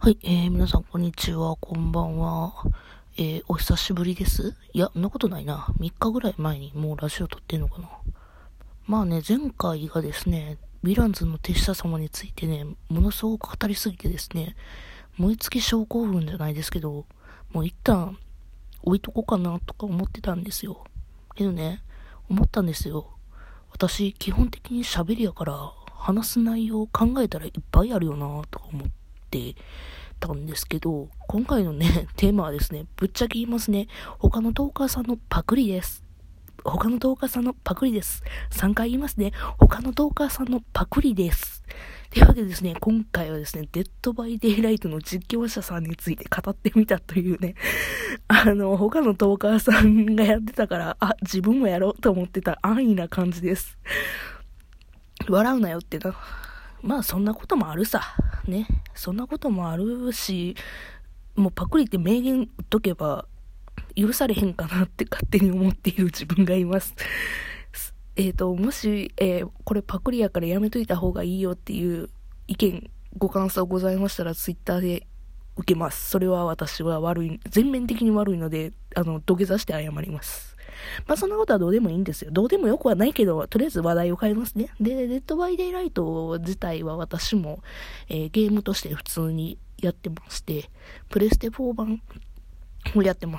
はい、皆さんこんにちは、こんばんは。お久しぶりです。いや、そんなことないな。3日ぐらい前にもうラジオ撮ってんのかな。まあね、前回がですね、ヴィランズの手下様についてね、ものすごく語りすぎてですね、燃え尽き症候群じゃないですけど、もう一旦置いとこうかなとか思ってたんですよ。けどね、思ったんですよ。私、基本的に喋りやから、話す内容考えたらいっぱいあるよなとか思ってたんですけど、今回のね、テーマはですね、ぶっちゃけ言いますね、他のトーカーさんのパクリです。他のトーカーさんのパクリです。3回言いますね。他のトーカーさんのパクリです。というわけでですね、今回はですね、デッドバイデイライトの実況者さんについて語ってみたというね、他のトーカーさんがやってたから、自分もやろうと思ってた安易な感じです。笑うなよってな。まあそんなこともあるさ。ね。そんなこともあるし、もうパクリって名言打っとけば許されへんかなって勝手に思っている自分がいます。もし、これパクリやからやめといた方がいいよっていう意見、ご感想ございましたらツイッターで受けます。それは私は全面的に悪いので、土下座して謝ります。まあそんなことはどうでもいいんですよ。どうでもよくはないけど、とりあえず話題を変えますね。で、デッドバイデイライト自体は私も、ゲームとして普通にやってまして、プレステ4版をやってます。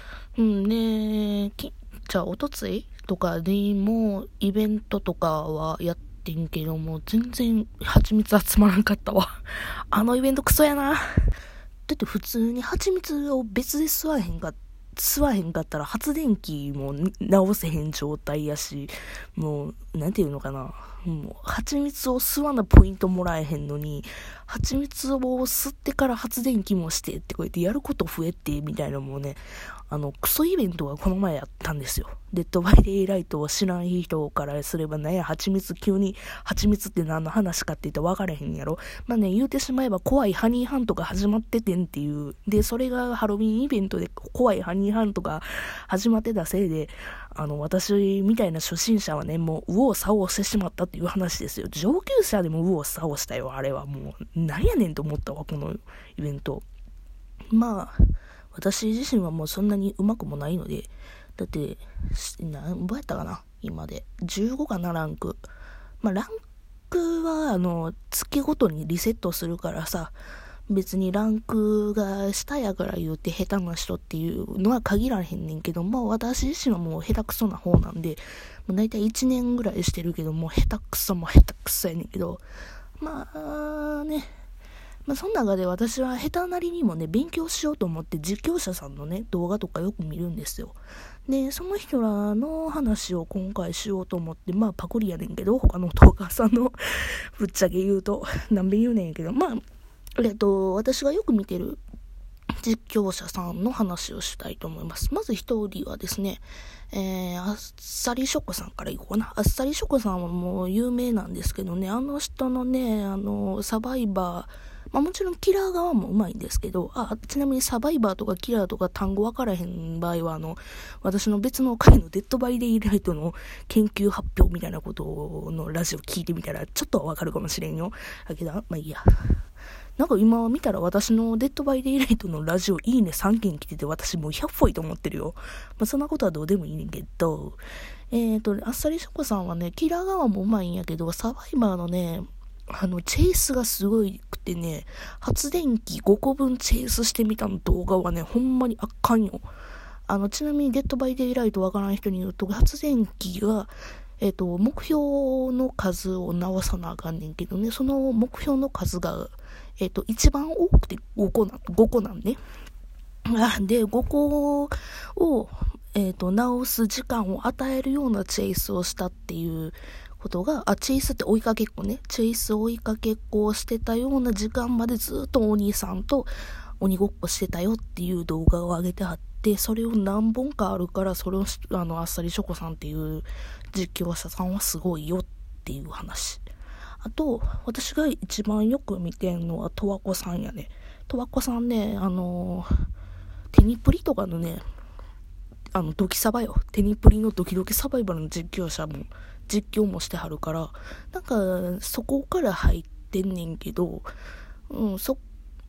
じゃあ、おとついとかにもイベントとかはやってんけども、全然蜂蜜集まらんかったわ。あのイベントクソやな。だって普通に蜂蜜を別で吸わへんかったら発電機も直せへん状態やし、もう、なんていうのかな。もう、蜂蜜を吸わなポイントもらえへんのに、蜂蜜を吸ってから発電機もしてってこうやってやること増えて、みたいなのもね、クソイベントがこの前やったんですよ。デッドバイデイライトを知らん人からすればね、急に蜂蜜って何の話かって言ったら分からへんやろ。まあね、言うてしまえば怖いハニーハントが始まっててんっていう。で、それがハロウィンイベントで怖いハニーハントが始まってたせいで、私みたいな初心者はね、もう右往左往してしまったっていう話ですよ。上級者でも右往左往したよ、あれはもう。なんやねんと思ったわ、このイベント。まあ、私自身はもうそんなに上手くもないので、だって、何ぼやったかな今で。15かな、ランク。まあ、ランクは、月ごとにリセットするからさ、別にランクが下やから言うて下手な人っていうのは限らへんねんけど、まあ私自身はもう下手くそな方なんで、もう大体1年ぐらいしてるけど、もう下手くそも下手くそやねんけど、まあね、まあその中で私は下手なりにもね、勉強しようと思って実況者さんのね、動画とかよく見るんですよ。で、その人らの話を今回しようと思って、まあパクリやねんけど、他のトーカーさんのぶっちゃけ言うと、何べん言うねんやけど、まあ、私がよく見てる実況者さんの話をしたいと思います。まず一人はですね、あっさりショコさんからいこうかな。あっさりショコさんはもう有名なんですけどね、あの人のね、サバイバー、まあもちろんキラー側もうまいんですけど、ちなみにサバイバーとかキラーとか単語わからへん場合は私の別の回のデッドバイデイライトの研究発表みたいなことのラジオ聞いてみたらちょっとはわかるかもしれんよ。だけど、まあいいや。なんか今見たら私のデッドバイデイライトのラジオいいね3件来てて私もう100歩いと思ってるよ。まあそんなことはどうでもいいねんけど、あっさりしょこさんはね、キラー側もうまいんやけど、サバイバーのね、チェイスがすごいくてね、発電機5個分チェイスしてみたの動画はね、ほんまにあかんよ。ちなみにデッドバイデイライトわからん人に言うと、発電機が、目標の数を直さなあかんねんけどね、その目標の数が、一番多くて5個なんね。で、5個を、直す時間を与えるようなチェイスをしたっていうことが、チェイスって追いかけっこね。チェイス追いかけっこをしてたような時間までずっとお兄さんと鬼ごっこしてたよっていう動画を上げてはって、それを何本かあるから、それをあっさりショコさんっていう実況者さんはすごいよっていう話。あと、私が一番よく見てんのは、とわこさんやね。とわこさんね、テニプリとかのね、ドキサバよ。テニプリのドキドキサバイバルの実況もしてはるから、なんか、そこから入ってんねんけど、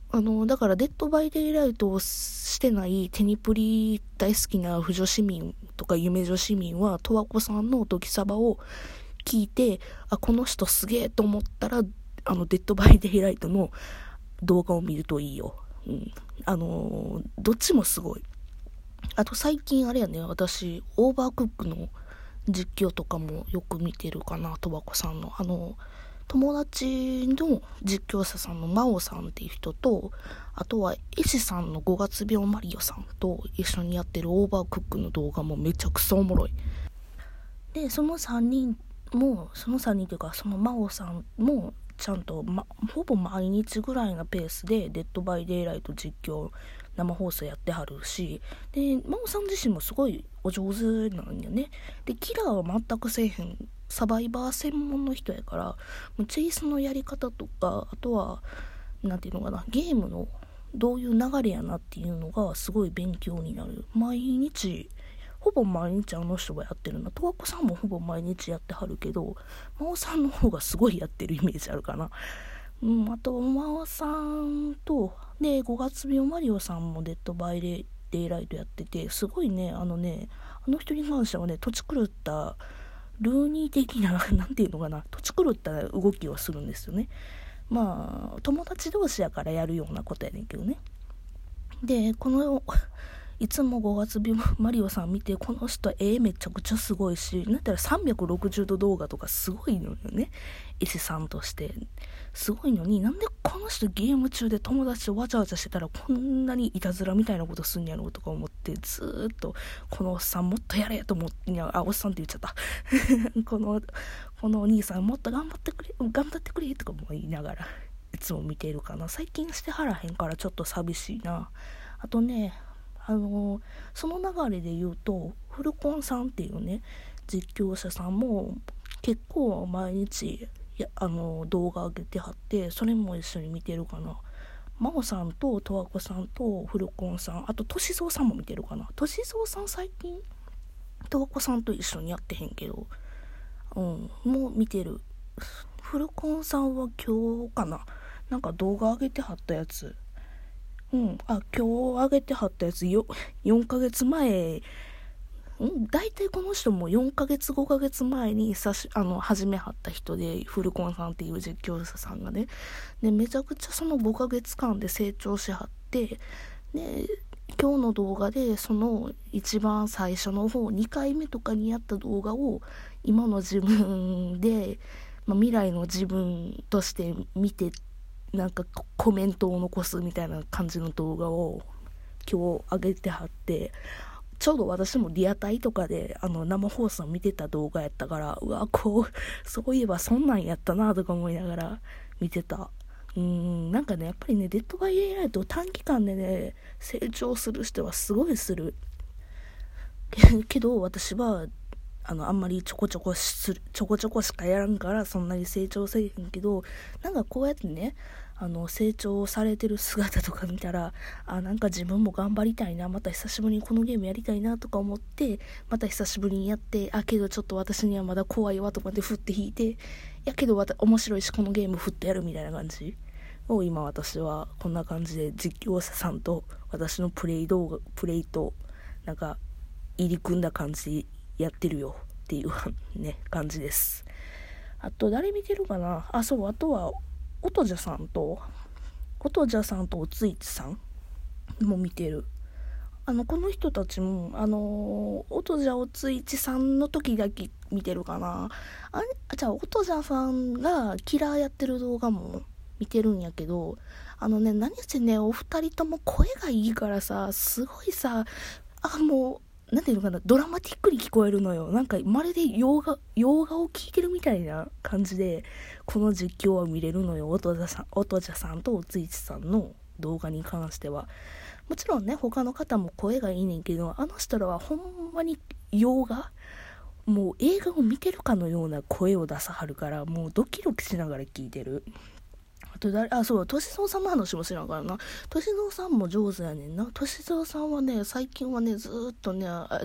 だからデッドバイデイライトをしてないテニプリ大好きな不女市民とか夢女市民は、十和子さんの時サバを聞いて、この人すげえと思ったら、デッドバイデイライトの動画を見るといいよ。どっちもすごい。あと最近あれやね、私、オーバークックの実況とかもよく見てるかな、十和子さんの。友達の実況者さんの真央さんっていう人と、あとは絵師さんの5月病マリオさんと一緒にやってるオーバークックの動画もめちゃくちゃおもろい。で、その3人というか、その真央さんもちゃんと、ほぼ毎日ぐらいのペースでデッドバイデイライト実況生放送やってはるし、で、真央さん自身もすごいお上手なんよね。で、キラーは全くせえへんサバイバー専門の人やから、チェイスのやり方とか、あとはなんていうのかな、ゲームのどういう流れやなっていうのがすごい勉強になる。ほぼ毎日あの人がやってるな。十和子さんもほぼ毎日やってはるけど、真央さんの方がすごいやってるイメージあるかな。あと真央さんとで5月病マリオさんもデッドバイデイライトやってて、すごいね、あの人に関してはね、土地狂ったルーニー的ななんていうのかな、土地狂った動きをするんですよね。友達同士やからやるようなことやねんけどね。で、いつも5月病マリオさん見て、この人めちゃくちゃすごいし、なんたら360度動画とかすごいのよね。伊勢さんとしてすごいのに、なんでこの人ゲーム中で友達とわちゃわちゃしてたらこんなにいたずらみたいなことすんやろうとか思って、ずーっとこのおっさんもっとやれと思って、おっさんって言っちゃったこのお兄さんもっと頑張ってくれとかも言いながらいつも見ているかな。最近してはらへんからちょっと寂しいな。あとね、その流れで言うと、フルコンさんっていうね、実況者さんも結構毎日動画上げてはって、それも一緒に見てるかな。真央さんと十和子さんとフルコンさん、あと歳三さんも見てるかな。歳三さん最近十和子さんと一緒にやってへんけど、もう見てる。フルコンさんは今日かな、なんか動画上げてはったやつ、今日上げてはったやつ4ヶ月前、大体この人も4ヶ月5ヶ月前に始めはった人で、フルコンさんっていう実況者さんがね、でめちゃくちゃその5ヶ月間で成長しはって、で今日の動画でその一番最初の方2回目とかにやった動画を今の自分で、未来の自分として見て、なんかコメントを残すみたいな感じの動画を今日上げてはって、ちょうど私もリアタイとかで生放送見てた動画やったから、そういえばそんなんやったなとか思いながら見てた。なんかね、やっぱりね、デッドバイデイライト短期間でね成長する人はすごいするけど、私はあんまりちょこちょこしかやらんからそんなに成長せえへんけど、なんかこうやってね、成長されてる姿とか見たら、なんか自分も頑張りたいな、また久しぶりにこのゲームやりたいなとか思って、また久しぶりにやって、けどちょっと私にはまだ怖いわとかで振って引いて、けど面白いしこのゲーム振ってやるみたいな感じを、今私はこんな感じで実況者さんと私のプレイとなんか入り組んだ感じでやってるよっていうね感じです。あと誰見てるかな。あとはおとじゃさんとおついちさんも見てる。この人たちもおとじゃおついちさんの時だけ見てるかな。じゃあおとじゃさんがキラーやってる動画も見てるんやけど、何せね、お二人とも声がいいからさ、すごいさ、もうなんていうのかな、ドラマティックに聞こえるのよ。なんかまるで洋画を聞いてるみたいな感じでこの実況は見れるのよ。おとじゃさんとおついちさんの動画に関しては。もちろんね、他の方も声がいいねんけど、あの人らはほんまに洋画、もう映画を見てるかのような声を出さはるから、もうドキドキしながら聞いてる。あと歳三さんの話もしながらな。歳三さんも上手やねんな。歳三さんはね、最近はね、ずーっとね、あ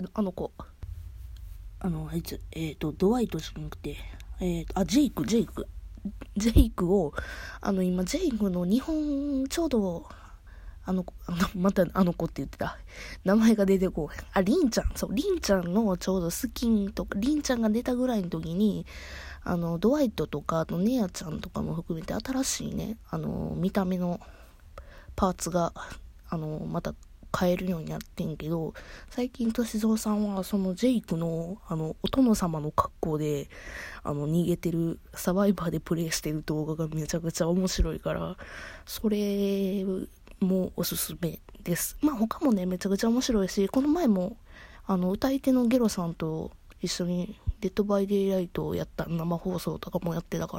いつ、ドワイトじゃなくて、ジェイクを、今、ジェイクの日本、ちょうどまたあの子って言ってた。名前が出てこう。りんちゃん。そう、りんちゃんのちょうどスキンとか、りんちゃんが出たぐらいの時に、ドワイトとか、あとネアちゃんとかも含めて新しいね、見た目のパーツが、また買えるようになってんけど、最近歳三さんはそのジェイクの、お殿様の格好で、逃げてる、サバイバーでプレイしてる動画がめちゃくちゃ面白いから、それもおすすめです。まあ他もね、めちゃくちゃ面白いし、この前も、歌い手のゲロさんと一緒にデッドバイデイライトをやった生放送とかもやってたから、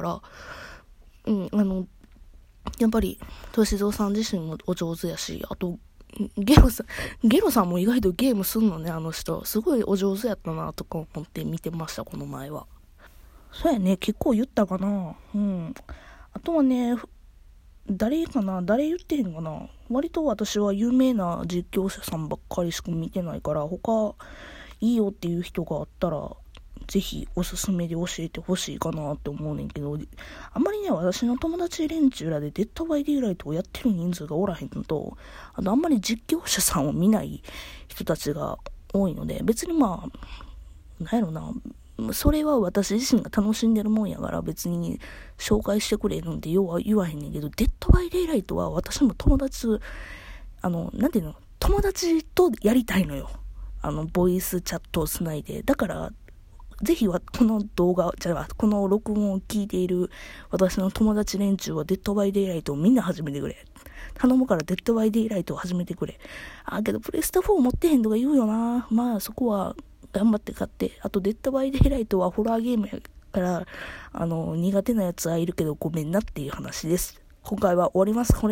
やっぱり、歳三さん自身もお上手やし、あと、ゲロさんも意外とゲームすんのね、あの人。すごいお上手やったな、とか思って見てました、この前は。そうやね、結構言ったかな。うん。あとはね、誰言ってへんかな。割と私は有名な実況者さんばっかりしか見てないから、他、いいよっていう人があったら、ぜひおすすめで教えてほしいかなって思うねんけど、あんまりね、私の友達連中らでデッドバイデイライトをやってる人数がおらへんのと、あんまり実況者さんを見ない人たちが多いので、別にまあ、なんやろな、それは私自身が楽しんでるもんやから別に紹介してくれるんでようは言わへんねんけど、デッドバイデイライトは私も友達、なんていうの、友達とやりたいのよ。ボイスチャットをつないで。だから、ぜひはこのこの録音を聞いている私の友達連中はデッドバイデイライトをみんな始めてくれ。頼むからデッドバイデイライトを始めてくれ。けどプレステ4持ってへんとか言うよな。まあそこは頑張って買って。あとデッドバイデイライトはホラーゲームやから、苦手なやつはいるけどごめんなっていう話です。今回は終わります。